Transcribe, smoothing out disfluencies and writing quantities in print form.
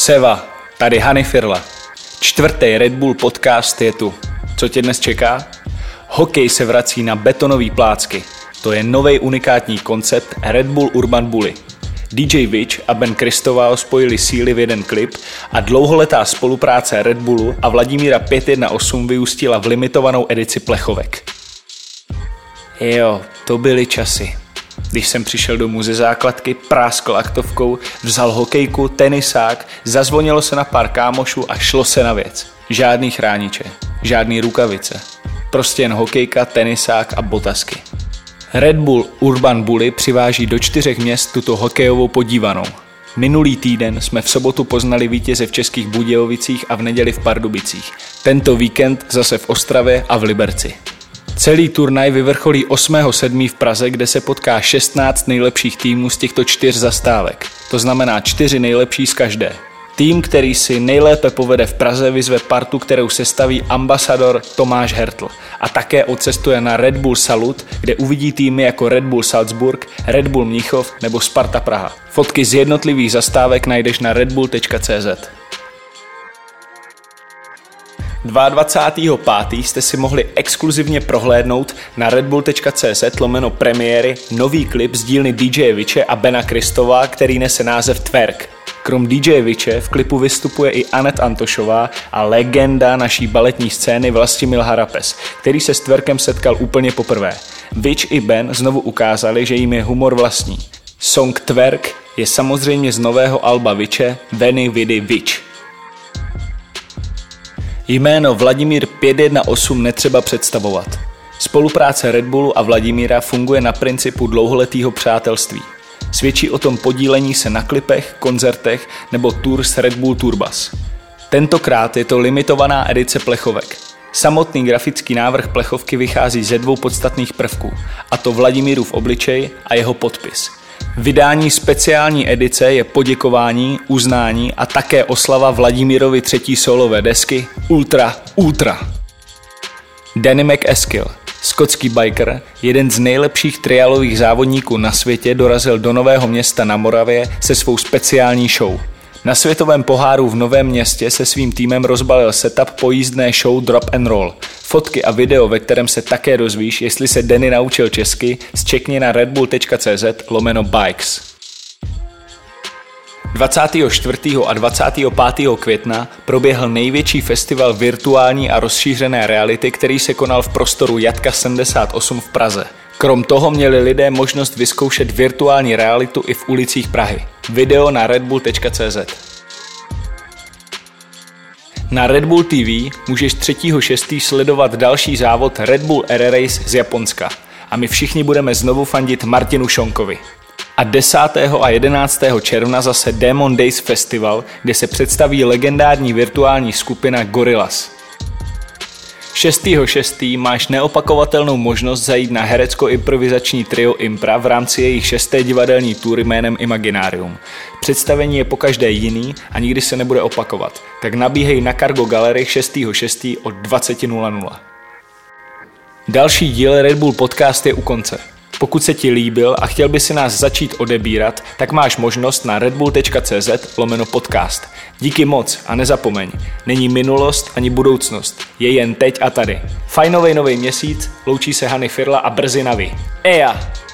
Seva, tady Hany Firla. 4. Red Bull podcast je tu. Co tě dnes čeká? Hokej se vrací na betonové plácky. To je nový unikátní koncept Red Bull Urban Bully. DJ Witch a Ben Kristovál spojili síly v jeden klip a dlouholetá spolupráce Red Bullu a Vladimíra 518 vyústila v limitovanou edici plechovek. Jo, to byly časy. Když jsem přišel domů ze základky, práskl aktovkou, vzal hokejku, tenisák, zazvonilo se na pár kámošů a šlo se na věc. Žádný chrániče, žádný rukavice. Prostě jen hokejka, tenisák a botasky. Red Bull Urban Bully přiváží do 4 měst tuto hokejovou podívanou. Minulý týden jsme v sobotu poznali vítěze v Českých Budějovicích a v neděli v Pardubicích. Tento víkend zase v Ostravě a v Liberci. Celý turnaj vyvrcholí 8.7. v Praze, kde se potká 16 nejlepších týmů z těchto 4 zastávek. To znamená 4 nejlepší z každé. Tým, který si nejlépe povede v Praze, vyzve partu, kterou sestaví ambasador Tomáš Hertl. A také odcestuje na Red Bull Salut, kde uvidí týmy jako Red Bull Salzburg, Red Bull Mnichov nebo Sparta Praha. Fotky z jednotlivých zastávek najdeš na redbull.cz. 22.5. jste si mohli exkluzivně prohlédnout na redbull.cz/premiéry nový klip z dílny DJ Witche a Bena Kristova, který nese název Twerk. Krom DJ Witche v klipu vystupuje i Anet Antošová a legenda naší baletní scény Vlastimil Harapes, který se s twerkem setkal úplně poprvé. Witch i Ben znovu ukázali, že jim je humor vlastní. Song Twerk je samozřejmě z nového alba Witche Veny Vidy Witch. Jméno Vladimír 518 netřeba představovat. Spolupráce Red Bullu a Vladimíra funguje na principu dlouholetého přátelství. Svědčí o tom podílení se na klipech, koncertech nebo tour s Red Bull Tourbus. Tentokrát je to limitovaná edice plechovek. Samotný grafický návrh plechovky vychází ze 2 podstatných prvků, a to Vladimírův obličej a jeho podpis. Vydání speciální edice je poděkování, uznání a také oslava Vladimírovy 3. solové desky Ultra. Danny McEskill, skotský biker, jeden z nejlepších trialových závodníků na světě, dorazil do Nového Města na Moravě se svou speciální show. Na světovém poháru v Novém Městě se svým týmem rozbalil setup pojízdné show Drop and Roll. Fotky a video, ve kterém se také dozvíš, jestli se Danny naučil česky, zčekni na redbull.cz/bikes. 24. a 25. května proběhl největší festival virtuální a rozšířené reality, který se konal v prostoru Jatka 78 v Praze. Krom toho měli lidé možnost vyzkoušet virtuální realitu i v ulicích Prahy. Video na redbull.cz. Na Red Bull TV můžeš 3.6. sledovat další závod Red Bull Air Race z Japonska. A my všichni budeme znovu fandit Martinu Šonkovi. A 10. a 11. června zase Demon Days Festival, kde se představí legendární virtuální skupina Gorillaz. 6.6. máš neopakovatelnou možnost zajít na herecko-improvizační trio Impra v rámci jejich 6. divadelní tury jménem Imaginarium. Představení je pokaždé jiný a nikdy se nebude opakovat, tak nabíhej na Cargo Gallery 6.6. od 20.00. Další díl Red Bull podcast je u konce. Pokud se ti líbil a chtěl by si nás začít odebírat, tak máš možnost na redbull.cz/podcast. Díky moc a nezapomeň, není minulost ani budoucnost, je jen teď a tady. Fajnovej nový měsíc, loučí se Hany Firla a brzy na vy. Eja!